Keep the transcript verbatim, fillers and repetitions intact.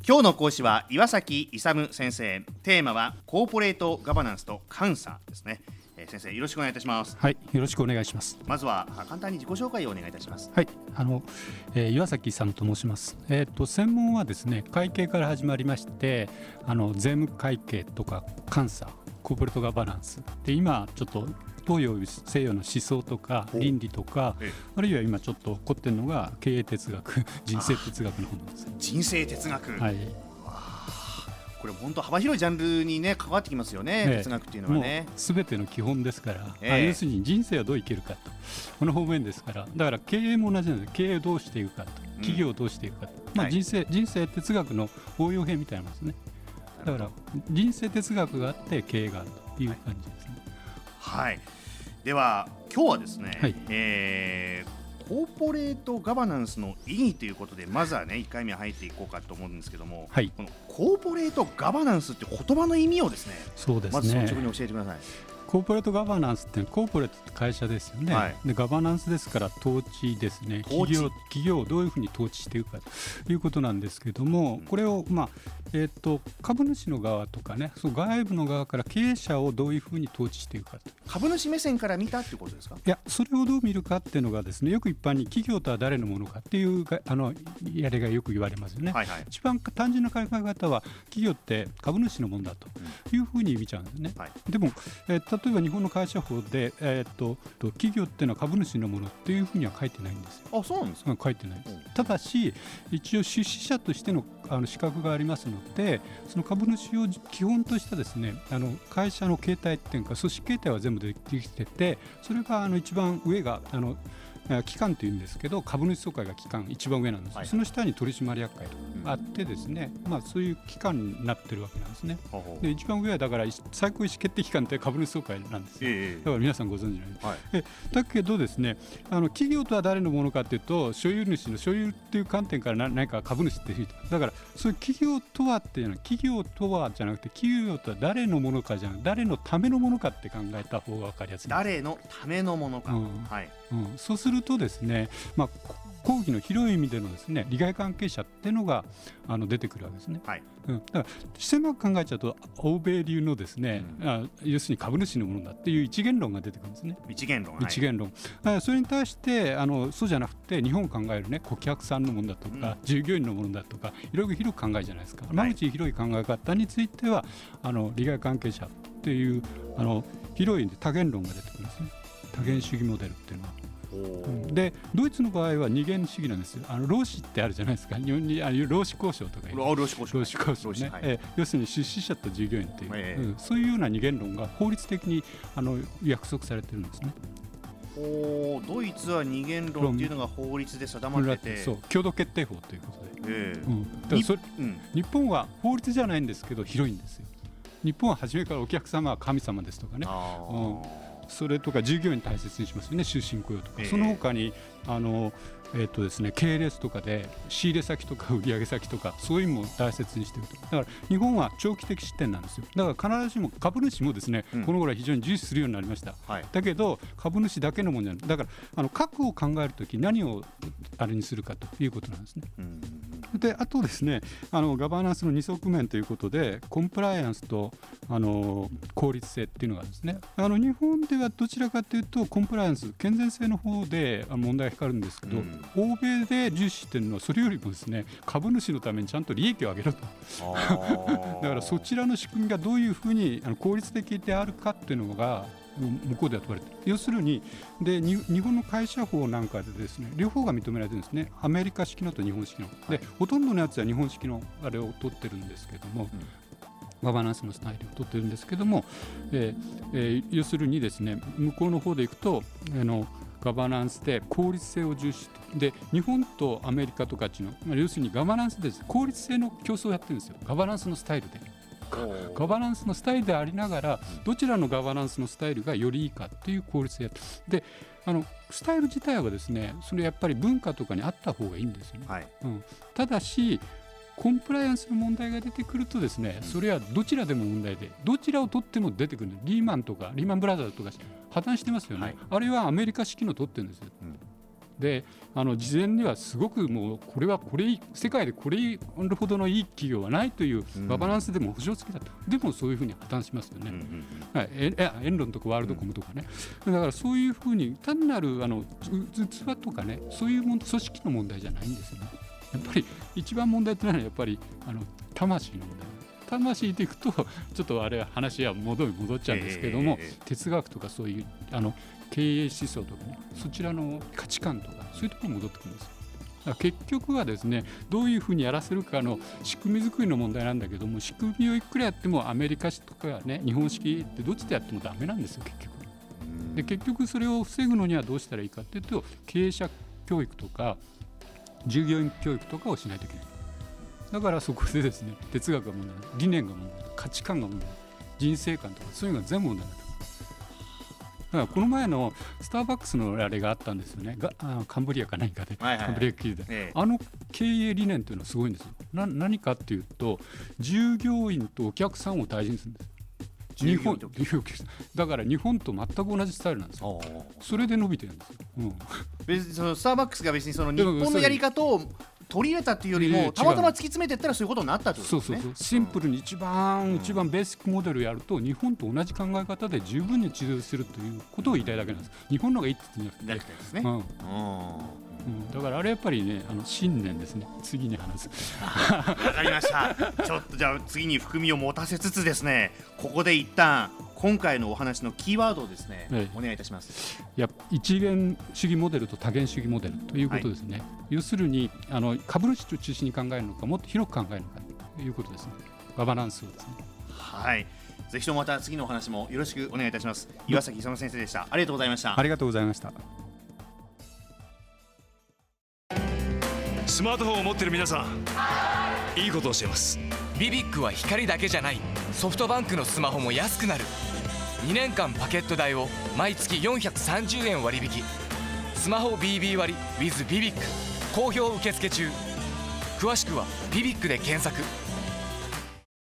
今日の講師は岩崎勇先生。テーマはコーポレートガバナンスと監査ですね。えー、先生よろしくお願いいたします。 はい、よろしくお願いします。 まずは簡単に自己紹介をお願いいたします。 はい、あの、えー、岩崎勇と申します。えー、と専門はですね、会計から始まりまして、あの税務会計とか監査、コーポレートガバナンスで、今ちょっと東洋西洋の思想とか倫理とか、あるいは今ちょっと起こっているのが経営哲学、人生哲学の本です。 人生哲学、 はい、 これ本当幅広いジャンルにね関わってきますよね、ええ、哲学っていうのはね。 すべての基本ですから、 ええ、 要するに人生はどう生きるかと、この方面ですから。だから経営も同じなんです。経営をどうしていくかと、企業をどうしていくかと、うん、まあ、人生、はい、人生哲学の応用編みたいなものですね。だから人生哲学があって経営があるという感じですね。 はい、はい、では今日はですね、はい、えー、コーポレートガバナンスの意義ということで、まずはねいっかいめ入っていこうかと思うんですけども、はい、このコーポレートガバナンスって言葉の意味をですね、 そうですね、 まず率直に教えてください。 コーポレートガバナンスってコーポレートって会社ですよね、はい、でガバナンスですから統治ですね。企業、企業をどういうふうに統治していくかということなんですけれども、これを、まあえー、と株主の側とかね、その外部の側から経営者をどういうふうに統治していくかと。 株主目線から見たっていうことですか？ いや、それをどう見るかっていうのがですね、よく一般に企業とは誰のものかっていうあのやりがよく言われますよね、はいはい、一番単純な考え方は企業って株主のものだというふうに見ちゃうんですね、はい、でも、えー、例えば日本の会社法で、えー、と企業っていうのは株主のものっていうふうには書いてないんですよ。 あ、そうなんですか？ 書いてないです。ただし一応出資者としての、あの資格がありますので、その株主を基本としたですね、あの会社の形態っていうか組織形態は全部できてて、それがあの一番上があの機関というんですけど、株主総会が機関一番上なんです、はい、その下に取締役会があってですね、うん、まあ、そういう機関になってるわけなんですね。で一番上はだから最高意思決定機関って株主総会なんですよ、えー、だから皆さんご存知のように、はい、えだけどですね、あの企業とは誰のものかというと、所有主の所有っていう観点からな何か株主っていう、だからそういう企業とはっていうのは、企業とはじゃなくて企業とは誰のものかじゃなくて誰のためのものかって考えた方が分かりやすい。 誰のためのものか、うん、はい、 うん、そうするとですね、まあ、講義の広い意味でのですね、利害関係者っていうのがあの出てくるわけですね、はい、うん、だから狭く考えちゃうと欧米流のですね、うん、あ要するに株主のものだっていう一元論が出てくるんですね。 一元論、 はい、一元論。それに対してあのそうじゃなくて、日本を考えるね、顧客さんのものだとか、うん、従業員のものだとか、いろいろ広く考えるじゃないですか。間口広い考え方については、あの利害関係者っていうあの広い多元論が出てくるんですね。多元主義モデルっていうのは。でドイツの場合は二元主義なんですよ。あの労使ってあるじゃないですか。日本にあの労使交渉とかいう、 労使交渉、 労使交渉ね、はい、え要するに出資者と従業員っていう、えーうん、そういうような二元論が法律的にあの約束されてるんですね。 おドイツは二元論っていうのが法律で定まってて、 そう共同決定法ということで、えーうん、だからそれ、うん、日本は法律じゃないんですけど広いんですよ。日本は初めからお客様は神様ですとかね、うん、それとか従業員大切にしますよね、終身雇用とか、えー、その他にあの、えーとですね、系列とかで仕入れ先とか売上先とか、そういうのも大切にしていると。だから日本は長期的視点なんですよ。だから必ずしも株主もですね、うん、この頃は非常に重視するようになりました、はい、だけど株主だけのものじゃない。だからあの核を考えるとき何をあれにするかということなんですね、うん。であとですね、あのガバナンスの二側面ということで、コンプライアンスとあの効率性っていうのがですね、あの日本ではどちらかというとコンプライアンス、健全性の方で問題が光るんですけど、うん、欧米で重視しているのはそれよりもですね、株主のためにちゃんと利益を上げろとだからそちらの仕組みがどういうふうにあの効率的であるかっていうのが向こうでは問われている。要するにで日本の会社法なんかでですね、両方が認められてるんですね。アメリカ式のと日本式の、はい、でほとんどのやつは日本式のあれを取ってるんですけども、うん、ガバナンスのスタイルを取ってるんですけども、えーえー、要するにですね、向こうの方でいくとあのガバナンスで効率性を重視で、日本とアメリカとかっちの、まあ、要するにガバナンスで効率性の競争をやってるんですよ。ガバナンスのスタイルでガバナンスのスタイルでありながら、どちらのガバナンスのスタイルがよりいいかっていう効率でやってで、あのスタイル自体はですね、それやっぱり文化とかにあった方がいいんですよね、はい、うん、ただしコンプライアンスの問題が出てくるとですね、それはどちらでも問題で、どちらを取っても出てくる。リーマンとかリーマンブラザーズとか破綻してますよね、はい、あれはアメリカ式の取ってるんですよ、うん、 であの事前にはすごくもうこれはこれ世界でこれほどのいい企業はないというガバナンスでも保証付きだと、うん、でもそういうふうに破綻しますよね、うんうんうん、はい、えエンロンとかワールドコムとかね、うん、だからそういうふうに単なるあの器とかね、そういうもん組織の問題じゃないんですよね。やっぱり一番問題というのはやっぱりあの魂の問題。魂でいくとちょっとあれは話は戻り戻っちゃうんですけども、えー、哲学とかそういうあの経営思想とかね、そちらの価値観とかそういうところに戻ってくるんですよ。だから結局はですね、どういうふうにやらせるかの仕組み作りの問題なんだけども、仕組みをいくらやってもアメリカ式とかね、日本式ってどっちでやってもダメなんですよ結局。で結局それを防ぐのにはどうしたらいいかっていうと、経営者教育とか従業員教育とかをしないといけない。だからそこでですね、哲学が問題、理念が問題、価値観が問題、人生観とかそういうのが全部問題だと。だからこの前のスターバックスのあれがあったんですよね。があカンブリアか何かで、はいはいはい、カンブリア経営で、ええ、あの経営理念というのはすごいんですよ。な何かっていうと、従業員とお客さんを大事にするんです。日本だから日本と全く同じスタイルなんですよ。それで伸びてるんですよ、うん、 別にそのスターバックスが別にその日本のやり方を取り入れたっていうよりも、たまたま突き詰めていったらそういうことになったってことですね。そうそうそう、 シンプルに一番、うん、一番ベーシックモデルをやると日本と同じ考え方で十分に治療するということを言いたいだけなんです。日本のがいいって言ってなくてですね、うんうん、だからあれやっぱりね、あの信念ですね。次に話すわかりましたちょっとじゃあ次に含みを持たせつつですね、ここで一旦今回のお話のキーワードをですね、はい、お願いいたします。 いや一元主義モデルと多元主義モデルということですね、はい、要するにあの株主を中心に考えるのか、もっと広く考えるのかということですね。ガバナンスをですね。 はい、ぜひともまた次のお話もよろしくお願いいたします。岩崎勇先生でした。ありがとうございました。 ありがとうございました。 スマートフォンを持っている皆さん、いいことをしています。 ビビックは光だけじゃない、ソフトバンクのスマホも安くなる。にねんかんパケット代を毎月よんひゃくさんじゅうえん割引。スマホ ビービー 割 with ビビック好評受付中。詳しくはビビックで検索。